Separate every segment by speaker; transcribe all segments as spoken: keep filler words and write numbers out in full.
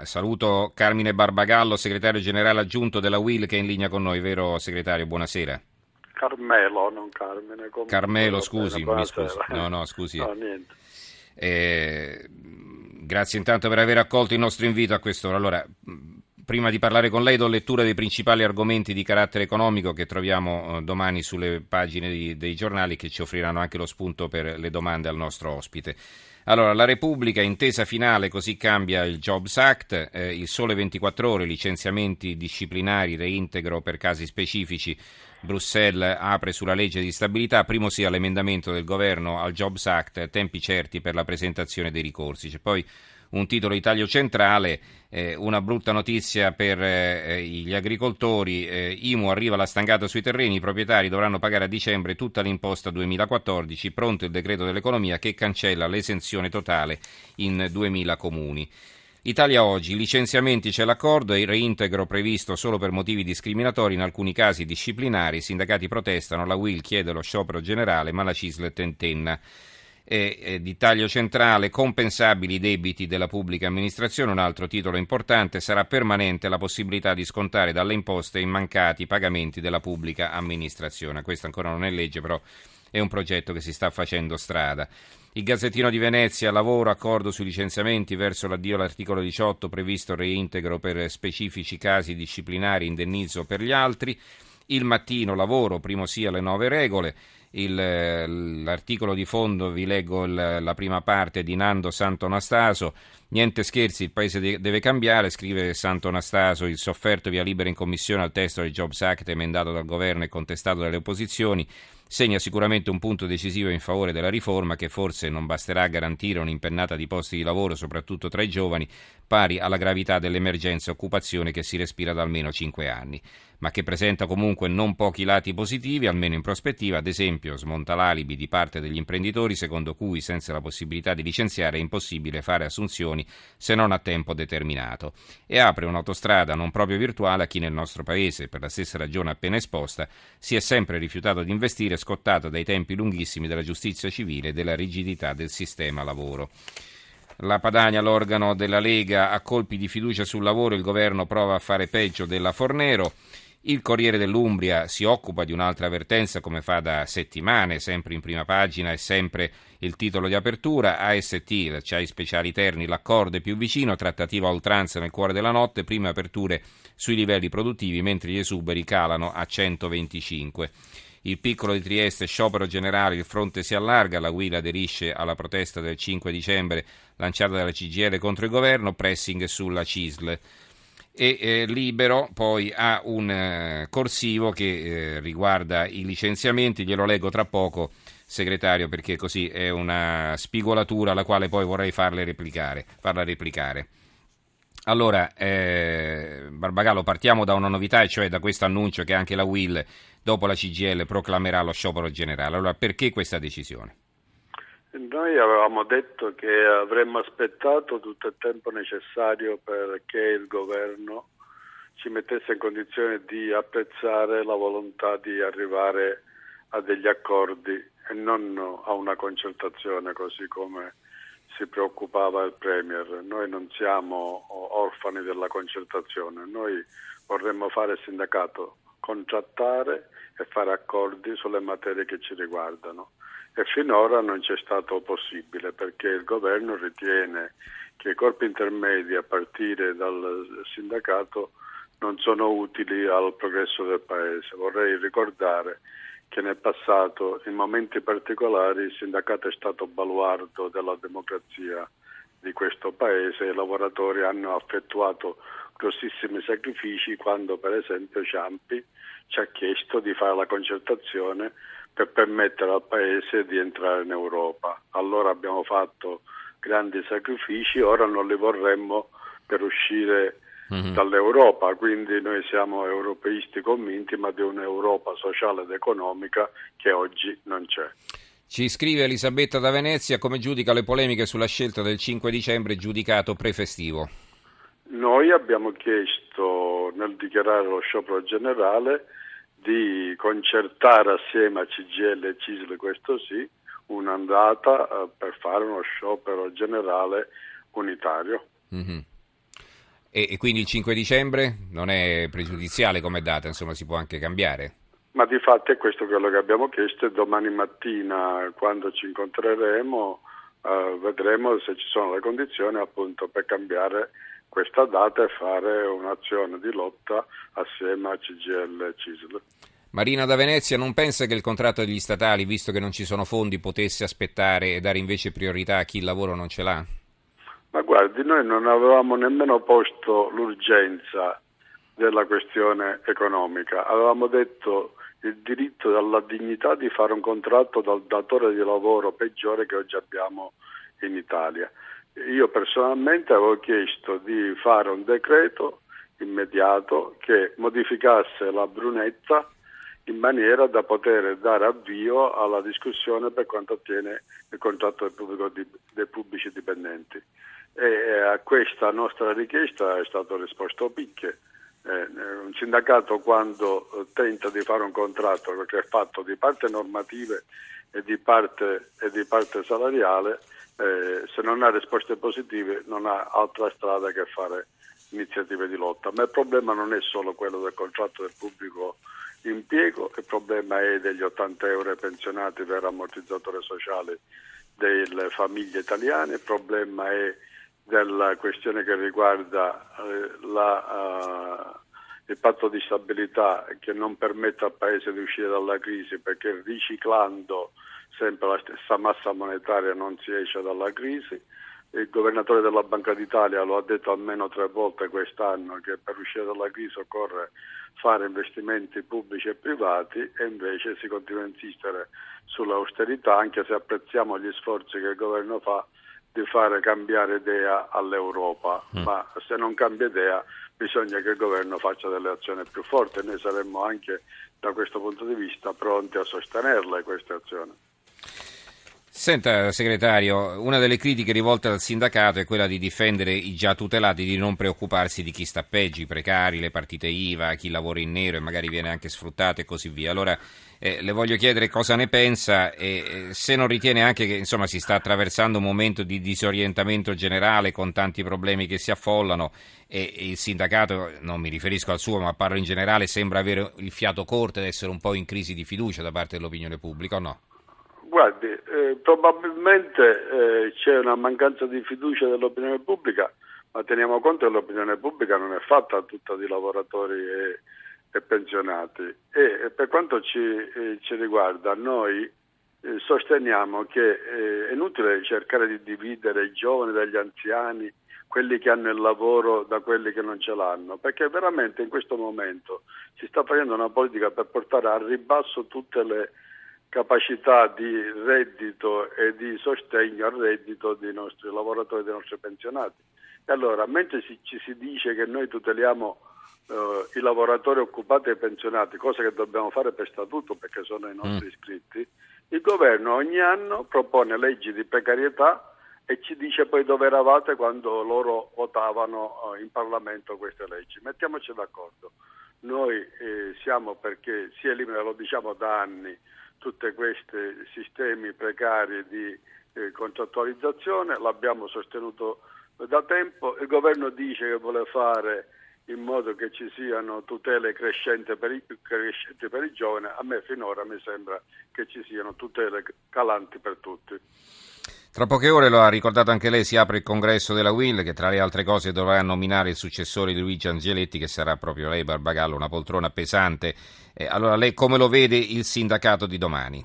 Speaker 1: saluto Carmine Barbagallo, segretario generale aggiunto della U I L, che è in linea con noi, vero segretario? Buonasera.
Speaker 2: Carmelo, non Carmine. Comunque,
Speaker 1: Carmelo,
Speaker 2: va
Speaker 1: scusi,
Speaker 2: bene,
Speaker 1: mi scusi.
Speaker 2: buonasera.
Speaker 1: No, no, scusi.
Speaker 2: No, niente.
Speaker 1: Eh, grazie intanto per aver accolto il nostro invito a quest'ora. Allora, prima di parlare con lei do lettura dei principali argomenti di carattere economico che troviamo eh, domani sulle pagine di, dei giornali, che ci offriranno anche lo spunto per le domande al nostro ospite. Allora, la Repubblica, intesa finale, così cambia il Jobs Act, eh, il Sole ventiquattro Ore, licenziamenti disciplinari, reintegro per casi specifici, Bruxelles apre sulla legge di stabilità, primo sia l'emendamento del governo al Jobs Act, tempi certi per la presentazione dei ricorsi. C'è poi un titolo Italia Centrale, eh, una brutta notizia per eh, gli agricoltori, eh, I M U arriva la stangata sui terreni, i proprietari dovranno pagare a dicembre tutta l'imposta duemilaquattordici, pronto il decreto dell'economia che cancella l'esenzione totale in duemila comuni. Italia Oggi, licenziamenti c'è l'accordo e il reintegro previsto solo per motivi discriminatori, in alcuni casi disciplinari, i sindacati protestano, la U I L chiede lo sciopero generale ma la C I S L tentenna. E, e, di taglio centrale, compensabili i debiti della pubblica amministrazione, un altro titolo importante, sarà permanente la possibilità di scontare dalle imposte i mancati pagamenti della pubblica amministrazione. Questo ancora non è legge, però è un progetto che si sta facendo strada. Il Gazzettino di Venezia, lavoro, accordo sui licenziamenti, verso l'addio all'articolo diciotto, previsto reintegro per specifici casi disciplinari, indennizzo per gli altri. Il Mattino, lavoro, primo sia le nuove regole. Il, l'articolo di fondo, vi leggo il, la prima parte di Nando Santonastaso, niente scherzi, il paese de- deve cambiare, scrive Santonastaso, il sofferto via libera in commissione al testo del Jobs Act emendato dal governo e contestato dalle opposizioni, segna sicuramente un punto decisivo in favore della riforma che forse non basterà a garantire un'impennata di posti di lavoro, soprattutto tra i giovani, pari alla gravità dell'emergenza occupazione che si respira da almeno cinque anni, ma che presenta comunque non pochi lati positivi, almeno in prospettiva. Ad esempio, smonta l'alibi di parte degli imprenditori secondo cui senza la possibilità di licenziare è impossibile fare assunzioni se non a tempo determinato, e apre un'autostrada non proprio virtuale a chi nel nostro paese, per la stessa ragione appena esposta, si è sempre rifiutato di investire, scottato dai tempi lunghissimi della giustizia civile e della rigidità del sistema lavoro. La Padania, l'organo della Lega, a colpi di fiducia sul lavoro il governo prova a fare peggio della Fornero. Il Corriere dell'Umbria si occupa di un'altra vertenza come fa da settimane, sempre in prima pagina e sempre il titolo di apertura. A S T, l'acciai speciali Terni, l'accordo è più vicino, trattativa a oltranza nel cuore della notte, prime aperture sui livelli produttivi mentre gli esuberi calano a centoventicinque. Il Piccolo di Trieste, sciopero generale, il fronte si allarga, la U I L aderisce alla protesta del cinque dicembre lanciata dalla C G I L contro il governo, pressing sulla C I S L. E eh, Libero poi ha un eh, corsivo che eh, riguarda i licenziamenti, glielo leggo tra poco, segretario, perché così è una spigolatura alla quale poi vorrei farle replicare, farla replicare. Allora, eh, Barbagallo, partiamo da una novità, e cioè da questo annuncio che anche la U I L, dopo la C G I L, proclamerà lo sciopero generale. Allora, perché questa decisione?
Speaker 2: Noi avevamo detto che avremmo aspettato tutto il tempo necessario perché il governo ci mettesse in condizione di apprezzare la volontà di arrivare a degli accordi e non a una concertazione, così come si preoccupava il Premier. Noi non siamo orfani della concertazione, noi vorremmo fare sindacato, contrattare e fare accordi sulle materie che ci riguardano. E finora non c'è stato possibile perché il governo ritiene che i corpi intermedi a partire dal sindacato non sono utili al progresso del Paese. Vorrei ricordare che nel passato, in momenti particolari, il sindacato è stato baluardo della democrazia di questo Paese e i lavoratori hanno effettuato grossissimi sacrifici quando, per esempio, Ciampi ci ha chiesto di fare la concertazione per permettere al Paese di entrare in Europa. Allora abbiamo fatto grandi sacrifici, ora non li vorremmo per uscire mm-hmm. dall'Europa, quindi noi siamo europeisti convinti, ma di un'Europa sociale ed economica che oggi non c'è.
Speaker 1: Ci scrive Elisabetta da Venezia, come giudica le polemiche sulla scelta del cinque dicembre giudicato prefestivo?
Speaker 2: Noi abbiamo chiesto nel dichiarare lo sciopero generale di concertare assieme a C G I L e C I S L, questo sì, un'andata eh, per fare uno sciopero generale unitario.
Speaker 1: Mm-hmm. E, e quindi il cinque dicembre non è pregiudiziale come data, insomma si può anche cambiare.
Speaker 2: Ma di fatto è questo quello che abbiamo chiesto, e domani mattina, quando ci incontreremo, eh, vedremo se ci sono le condizioni appunto per cambiare questa data e fare un'azione di lotta assieme a C G I L e C I S L.
Speaker 1: Marina da Venezia non pensa che il contratto degli statali, visto che non ci sono fondi, potesse aspettare e dare invece priorità a chi il lavoro non ce l'ha?
Speaker 2: Ma guardi, noi non avevamo nemmeno posto l'urgenza della questione economica, avevamo detto il diritto alla dignità di fare un contratto dal datore di lavoro peggiore che oggi abbiamo in Italia. Io personalmente avevo chiesto di fare un decreto immediato che modificasse la Brunetta in maniera da poter dare avvio alla discussione per quanto attiene il contratto del pubblico di, dei pubblici dipendenti. E a questa nostra richiesta è stato risposto picche. Eh, un sindacato quando tenta di fare un contratto che è fatto di parte normative e di parte, e di parte salariale, eh, se non ha risposte positive non ha altra strada che fare iniziative di lotta. Ma il problema non è solo quello del contratto del pubblico impiego, il problema è degli ottanta euro ai pensionati per ammortizzatore sociale delle famiglie italiane, il problema è della questione che riguarda eh, la, uh, il patto di stabilità che non permette al Paese di uscire dalla crisi, perché riciclando sempre la stessa massa monetaria non si esce dalla crisi. Il governatore della Banca d'Italia lo ha detto almeno tre volte quest'anno che per uscire dalla crisi occorre fare investimenti pubblici e privati, e invece si continua a insistere sull'austerità, anche se apprezziamo gli sforzi che il governo fa di fare cambiare idea all'Europa, mm. ma se non cambia idea bisogna che il governo faccia delle azioni più forti, e noi saremmo anche da questo punto di vista pronti a sostenerle queste azioni.
Speaker 1: Senta segretario, una delle critiche rivolte dal sindacato è quella di difendere i già tutelati, di non preoccuparsi di chi sta peggio, i precari, le partite I V A, chi lavora in nero e magari viene anche sfruttato e così via. Allora eh, le voglio chiedere cosa ne pensa e eh, se non ritiene anche che insomma si sta attraversando un momento di disorientamento generale con tanti problemi che si affollano e, e il sindacato, non mi riferisco al suo ma parlo in generale, sembra avere il fiato corto ed essere un po' in crisi di fiducia da parte dell'opinione pubblica, o no?
Speaker 2: Guardi, eh, probabilmente eh, c'è una mancanza di fiducia dell'opinione pubblica, ma teniamo conto che l'opinione pubblica non è fatta tutta di lavoratori e, e pensionati. E, e per quanto ci, eh, ci riguarda, noi eh, sosteniamo che eh, è inutile cercare di dividere i giovani dagli anziani, quelli che hanno il lavoro da quelli che non ce l'hanno, perché veramente in questo momento si sta facendo una politica per portare a ribasso tutte le capacità di reddito e di sostegno al reddito dei nostri lavoratori e dei nostri pensionati. E allora, mentre si, ci si dice che noi tuteliamo eh, i lavoratori occupati e pensionati, cosa che dobbiamo fare per statuto perché sono i nostri iscritti, il governo ogni anno propone leggi di precarietà e ci dice poi dove eravate quando loro votavano eh, in Parlamento queste leggi. Mettiamoci d'accordo. Noi eh, siamo perché si elimina, lo diciamo da anni, tutti questi sistemi precari di eh, contrattualizzazione, l'abbiamo sostenuto da tempo, il governo dice che vuole fare in modo che ci siano tutele crescenti per i, crescenti per i giovani, a me finora mi sembra che ci siano tutele calanti per tutti.
Speaker 1: Tra poche ore, lo ha ricordato anche lei, si apre il congresso della U I L che tra le altre cose dovrà nominare il successore di Luigi Angeletti, che sarà proprio lei, Barbagallo, una poltrona pesante. Eh, allora lei come lo vede il sindacato di domani?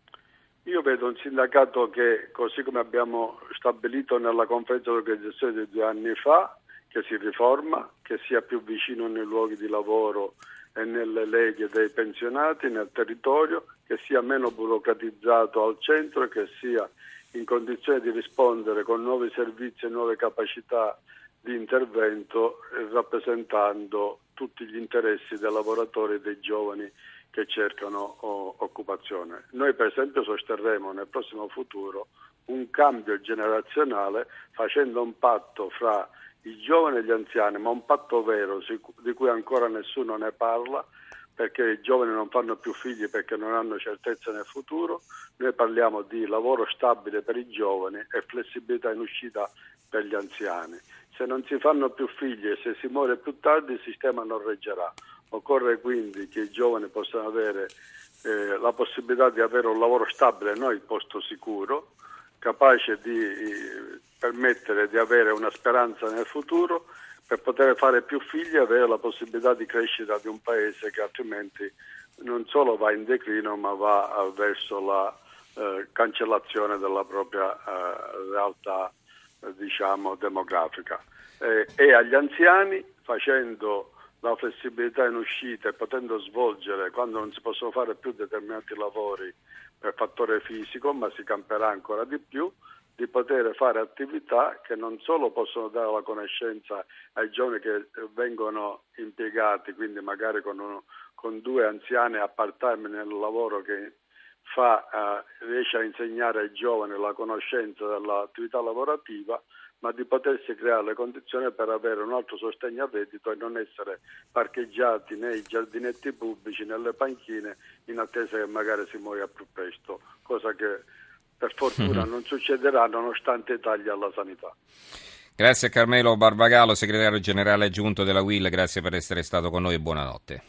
Speaker 2: Io vedo un sindacato che, così come abbiamo stabilito nella conferenza di organizzazione di due anni fa, che si riforma, che sia più vicino nei luoghi di lavoro e nelle leghe dei pensionati, nel territorio, che sia meno burocratizzato al centro e che sia in condizione di rispondere con nuovi servizi e nuove capacità di intervento, eh, rappresentando tutti gli interessi dei lavoratori e dei giovani che cercano oh, occupazione. Noi per esempio sosterremo nel prossimo futuro un cambio generazionale facendo un patto fra i giovani e gli anziani, ma un patto vero di cui ancora nessuno ne parla, perché i giovani non fanno più figli perché non hanno certezza nel futuro. Noi parliamo di lavoro stabile per i giovani e flessibilità in uscita per gli anziani. Se non si fanno più figli e se si muore più tardi il sistema non reggerà. Occorre quindi che i giovani possano avere eh, la possibilità di avere un lavoro stabile, non il posto sicuro, capace di eh, permettere di avere una speranza nel futuro per poter fare più figli e avere la possibilità di crescita di un paese che altrimenti non solo va in declino ma va verso la eh, cancellazione della propria eh, realtà eh, diciamo demografica. Eh, e agli anziani, facendo la flessibilità in uscita e potendo svolgere quando non si possono fare più determinati lavori per fattore fisico, ma si camperà ancora di più, di poter fare attività che non solo possono dare la conoscenza ai giovani che vengono impiegati, quindi magari con, uno, con due anziani a part-time nel lavoro che fa, eh, riesce a insegnare ai giovani la conoscenza dell'attività lavorativa, ma di potersi creare le condizioni per avere un altro sostegno al reddito e non essere parcheggiati nei giardinetti pubblici, nelle panchine, in attesa che magari si muoia più presto, cosa che per fortuna non succederà nonostante i tagli alla sanità.
Speaker 1: Grazie a Carmelo Barbagallo, segretario generale aggiunto della U I L, grazie per essere stato con noi e buonanotte.